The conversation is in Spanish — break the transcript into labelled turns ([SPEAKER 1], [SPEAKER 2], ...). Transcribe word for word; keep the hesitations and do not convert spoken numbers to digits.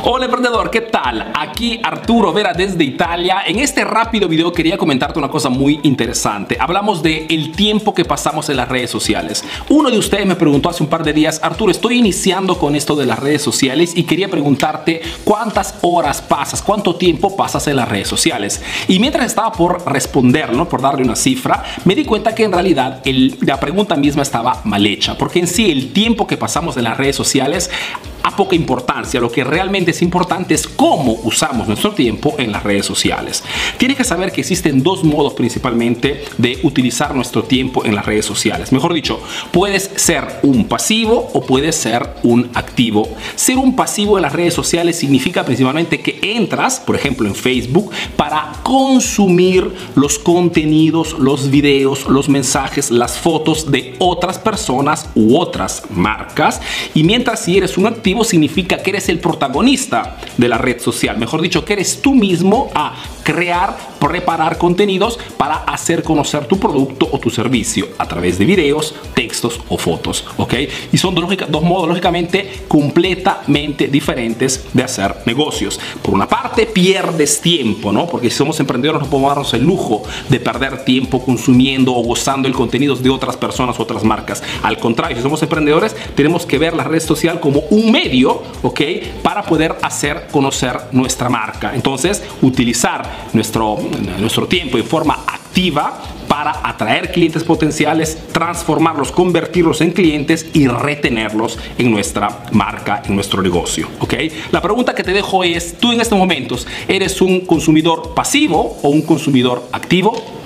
[SPEAKER 1] Hola emprendedor, ¿qué tal? Aquí Arturo Vera desde Italia. En este rápido video quería comentarte una cosa muy interesante. Hablamos de el tiempo que pasamos en las redes sociales. Uno de ustedes me preguntó hace un par de días: Arturo, estoy iniciando con esto de las redes sociales y quería preguntarte cuántas horas pasas, cuánto tiempo pasas en las redes sociales. Y mientras estaba por responder, ¿no? por darle una cifra, me di cuenta que en realidad el, la pregunta misma estaba mal hecha, porque en sí el tiempo que pasamos en las redes sociales a poca importancia. Lo que realmente es importante es cómo usamos nuestro tiempo en las redes sociales. Tienes que saber que existen dos modos principalmente de utilizar nuestro tiempo en las redes sociales. Mejor dicho, puedes ser un pasivo o puedes ser un activo. Ser un pasivo en las redes sociales significa principalmente que entras, por ejemplo, en Facebook para consumir los contenidos, los videos, los mensajes, las fotos de otras personas u otras marcas. Y mientras si eres un activo, significa que eres el protagonista de la red social. Mejor dicho, que eres tú mismo a crear, preparar contenidos para hacer conocer tu producto o tu servicio a través de videos, textos o fotos, ¿ok? Y son dos, dos modos lógicamente completamente diferentes de hacer negocios. Por una parte, pierdes tiempo, ¿no? Porque si somos emprendedores no podemos darnos el lujo de perder tiempo consumiendo o gozando el contenido de otras personas o otras marcas. Al contrario, si somos emprendedores, tenemos que ver la red social como un medio, ¿ok? Para poder hacer conocer nuestra marca. Entonces, utilizar nuestro, nuestro tiempo en forma activa para atraer clientes potenciales, transformarlos, convertirlos en clientes y retenerlos en nuestra marca, en nuestro negocio, ¿ok? La pregunta que te dejo es: ¿tú en estos momentos eres un consumidor pasivo o un consumidor activo?